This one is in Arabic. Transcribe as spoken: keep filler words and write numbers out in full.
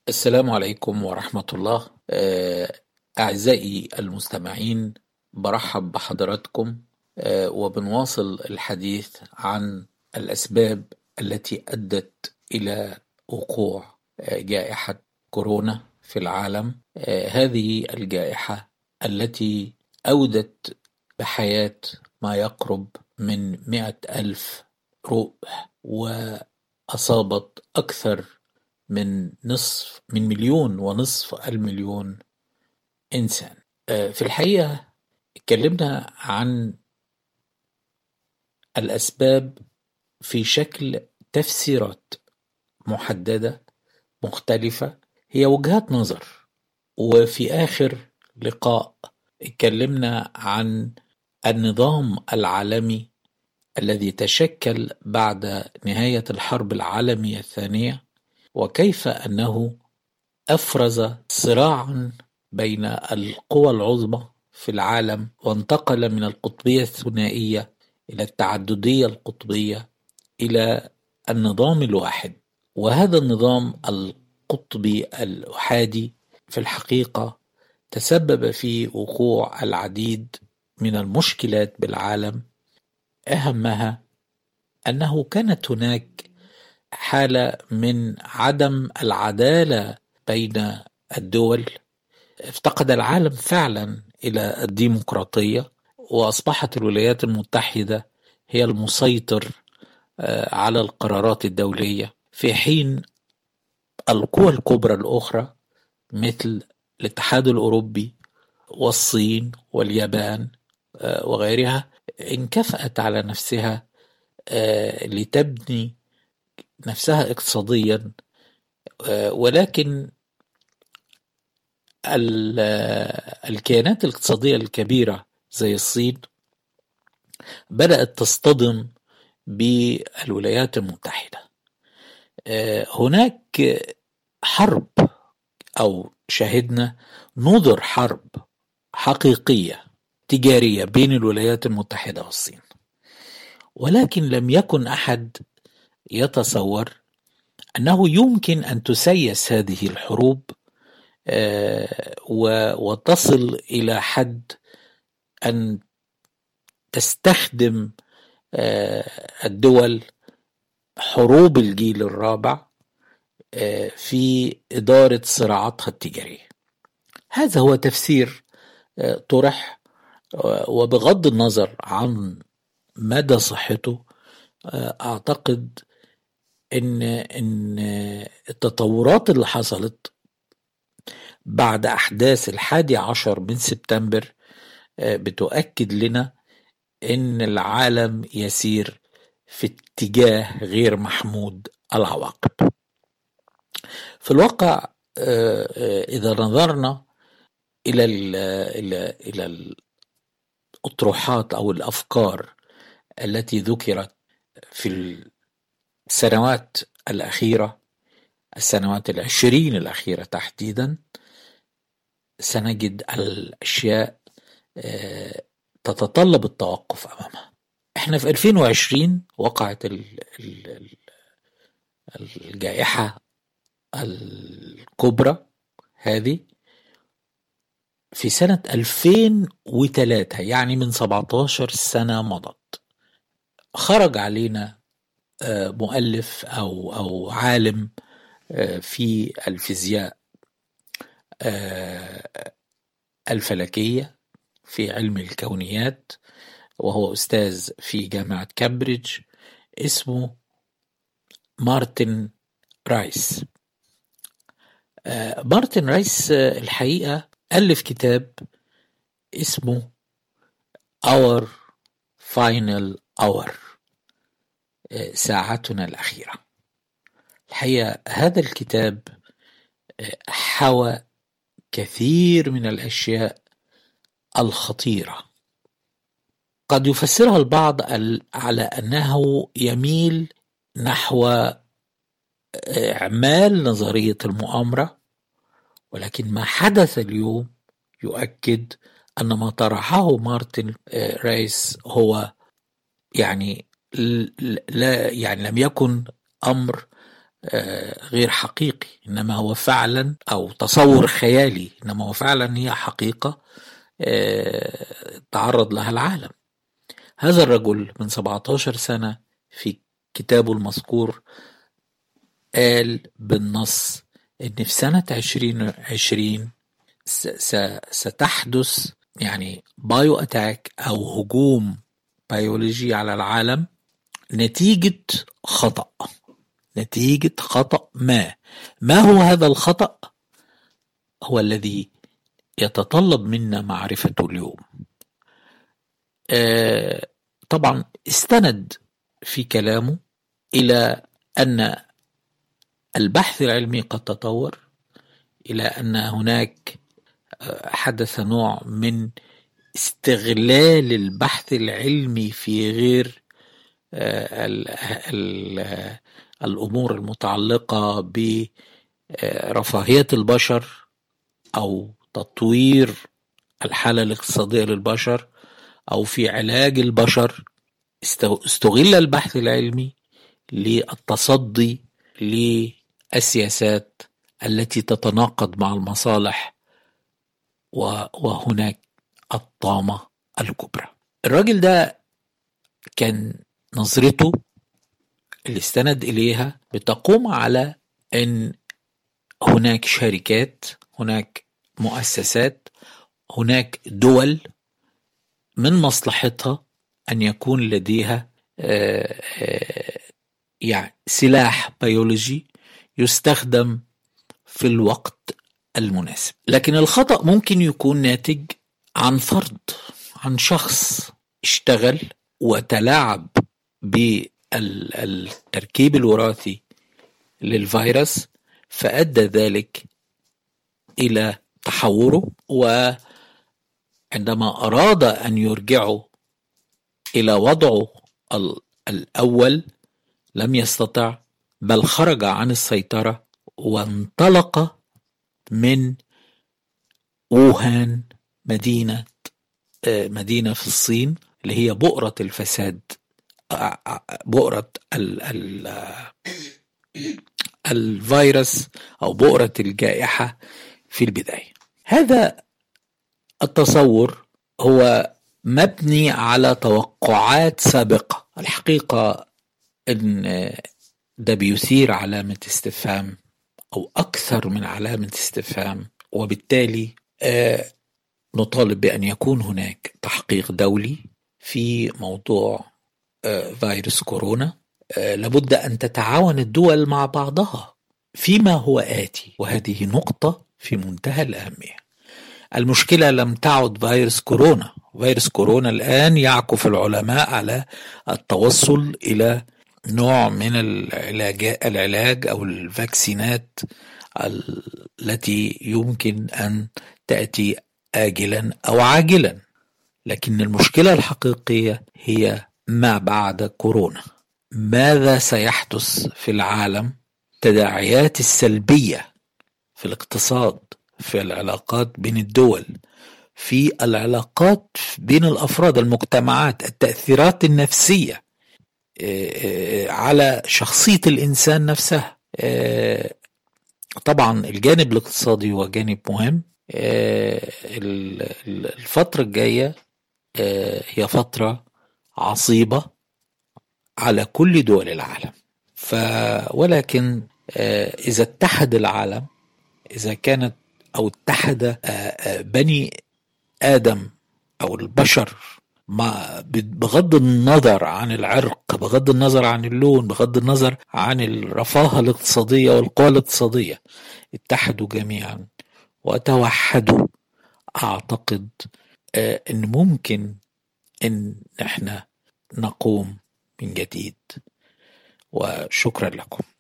السلام عليكم ورحمة الله. آه، أعزائي المستمعين، برحب بحضراتكم. آه، وبنواصل الحديث عن الأسباب التي أدت إلى وقوع آه، جائحة كورونا في العالم. آه، هذه الجائحة التي أودت بحياة ما يقرب من مئة ألف روح، وأصابت أكثر من نصف من مليون ونصف المليون إنسان. آه، في الحقيقة اتكلمنا عن الأسباب في شكل تفسيرات محددة مختلفة، هي وجهات نظر. وفي آخر لقاء اتكلمنا عن النظام العالمي الذي تشكل بعد نهاية الحرب العالمية الثانية، وكيف أنه أفرز صراعا بين القوى العظمى في العالم، وانتقل من القطبية الثنائية إلى التعددية القطبية إلى النظام الواحد. وهذا النظام القطبي الأحادي في الحقيقة تسبب في وقوع العديد من المشكلات بالعالم، أهمها أنه كانت هناك حالة من عدم العدالة بين الدول. افتقد العالم فعلا إلى الديمقراطية، وأصبحت الولايات المتحدة هي المسيطر آه، على القرارات الدولية، في حين القوى الكبرى الأخرى مثل الاتحاد الأوروبي والصين واليابان آه، وغيرها انكفأت على نفسها آه، لتبني نفسها اقتصاديا. آه، ولكن ال- الكيانات الاقتصادية الكبيرة زي الصين بدأت تصطدم بالولايات المتحدة. آه، هناك حرب، أو شهدنا نظر حرب حقيقية تجارية بين الولايات المتحدة والصين، ولكن لم يكن أحد يتصور أنه يمكن أن تسيس هذه الحروب آه، و- وتصل إلى حد أن تستخدم آه، الدول حروب الجيل الرابع آه، في إدارة صراعاتها التجارية. هذا هو تفسير آه، طرح، آه، وبغض النظر عن مدى صحته، آه، أعتقد إن إن التطورات اللي حصلت بعد أحداث الحادي عشر من سبتمبر آه، بتؤكد لنا إن العالم يسير في اتجاه غير محمود العواقب. في الواقع آه، آه، إذا نظرنا إلى ال إلى إلى الأطروحات أو الأفكار التي ذكرت في السنوات الأخيرة، السنوات العشرين الأخيرة تحديدا، سنجد الأشياء آه، تتطلب التوقف أمامها. احنا في ألفين وعشرين وقعت ال- ال- الجائحة الكبرى هذه في سنة ألفين وثلاثة، يعني من سبعتاشر سنة مضت. خرج علينا آه، مؤلف أو أو عالم آه، في الفيزياء آه، الفلكية في علم الكونيات، وهو أستاذ في جامعة كامبريدج، اسمه مارتن رايس. آه، مارتن رايس آه، الحقيقة ألف كتاب اسمه Our Final Hour، آه، ساعتنا الأخيرة. الحقيقة هذا الكتاب آه، حوى كثير من الأشياء الخطيرة، قد يفسرها البعض على أنه يميل نحو إعمال نظرية المؤامرة، ولكن ما حدث اليوم يؤكد أن ما طرحه مارتن آه، رايس هو يعني لا يعني لم يكن أمر غير حقيقي، إنما هو فعلا، أو تصور خيالي، إنما هو فعلا هي حقيقة تعرض لها العالم. هذا الرجل من سبعتاشر سنة في كتابه المذكور قال بالنص إن في سنة عشرين عشرين ستحدث يعني بايو أتاك أو هجوم بيولوجي على العالم نتيجة خطأ، نتيجة خطأ ما. ما هو هذا الخطأ؟ هو الذي يتطلب منا معرفته اليوم. آه طبعا استند في كلامه إلى أن البحث العلمي قد تطور، إلى أن هناك حدث نوع من استغلال البحث العلمي في غير ال ال الأمور المتعلقة برفاهية البشر أو تطوير الحالة الاقتصادية للبشر أو في علاج البشر. استغل البحث العلمي للتصدي للسياسات التي تتناقض مع المصالح، وهناك الطامة الكبرى. الراجل ده كان نظرته اللي استند إليها بتقوم على أن هناك شركات، هناك مؤسسات، هناك دول من مصلحتها أن يكون لديها آآ آآ يعني سلاح بيولوجي يستخدم في الوقت المناسب. لكن الخطأ ممكن يكون ناتج عن فرد، عن شخص اشتغل وتلاعب بالتركيب الوراثي للفيروس، فأدى ذلك إلى تحوره، وعندما أراد أن يرجعه إلى وضعه الأول لم يستطع، بل خرج عن السيطرة وانطلق من ووهان، مدينة مدينة في الصين اللي هي بؤرة الفساد، بؤرة ال ال الفيروس أو بؤرة الجائحة في البداية. هذا التصور هو مبني على توقعات سابقة. الحقيقة أن ده بيثير علامة استفهام أو أكثر من علامة استفهام، وبالتالي آه نطالب بأن يكون هناك تحقيق دولي في موضوع آه فيروس كورونا. آه لابد أن تتعاون الدول مع بعضها فيما هو آتي، وهذه نقطة في منتهى الأهمية. المشكلة لم تعد فيروس كورونا. فيروس كورونا الآن يعكف العلماء على التوصل إلى نوع من العلاج, العلاج أو الفاكسينات التي يمكن أن تأتي آجلا أو عاجلا. لكن المشكلة الحقيقية هي ما بعد كورونا. ماذا سيحدث في العالم؟ تداعيات السلبية في الاقتصاد، في العلاقات بين الدول، في العلاقات بين الأفراد، المجتمعات، التأثيرات النفسية على شخصية الإنسان نفسها. طبعا الجانب الاقتصادي هو جانب مهم. الفترة الجاية هي فترة عصيبة على كل دول العالم، ف ولكن إذا اتحد العالم، إذا كانت أو اتحد بني آدم أو البشر ما بغض النظر عن العرق، بغض النظر عن اللون، بغض النظر عن الرفاهة الاقتصادية والقوى الاقتصادية، اتحدوا جميعا وتوحدوا، أعتقد آه أن ممكن أن احنا نقوم من جديد. وشكرا لكم.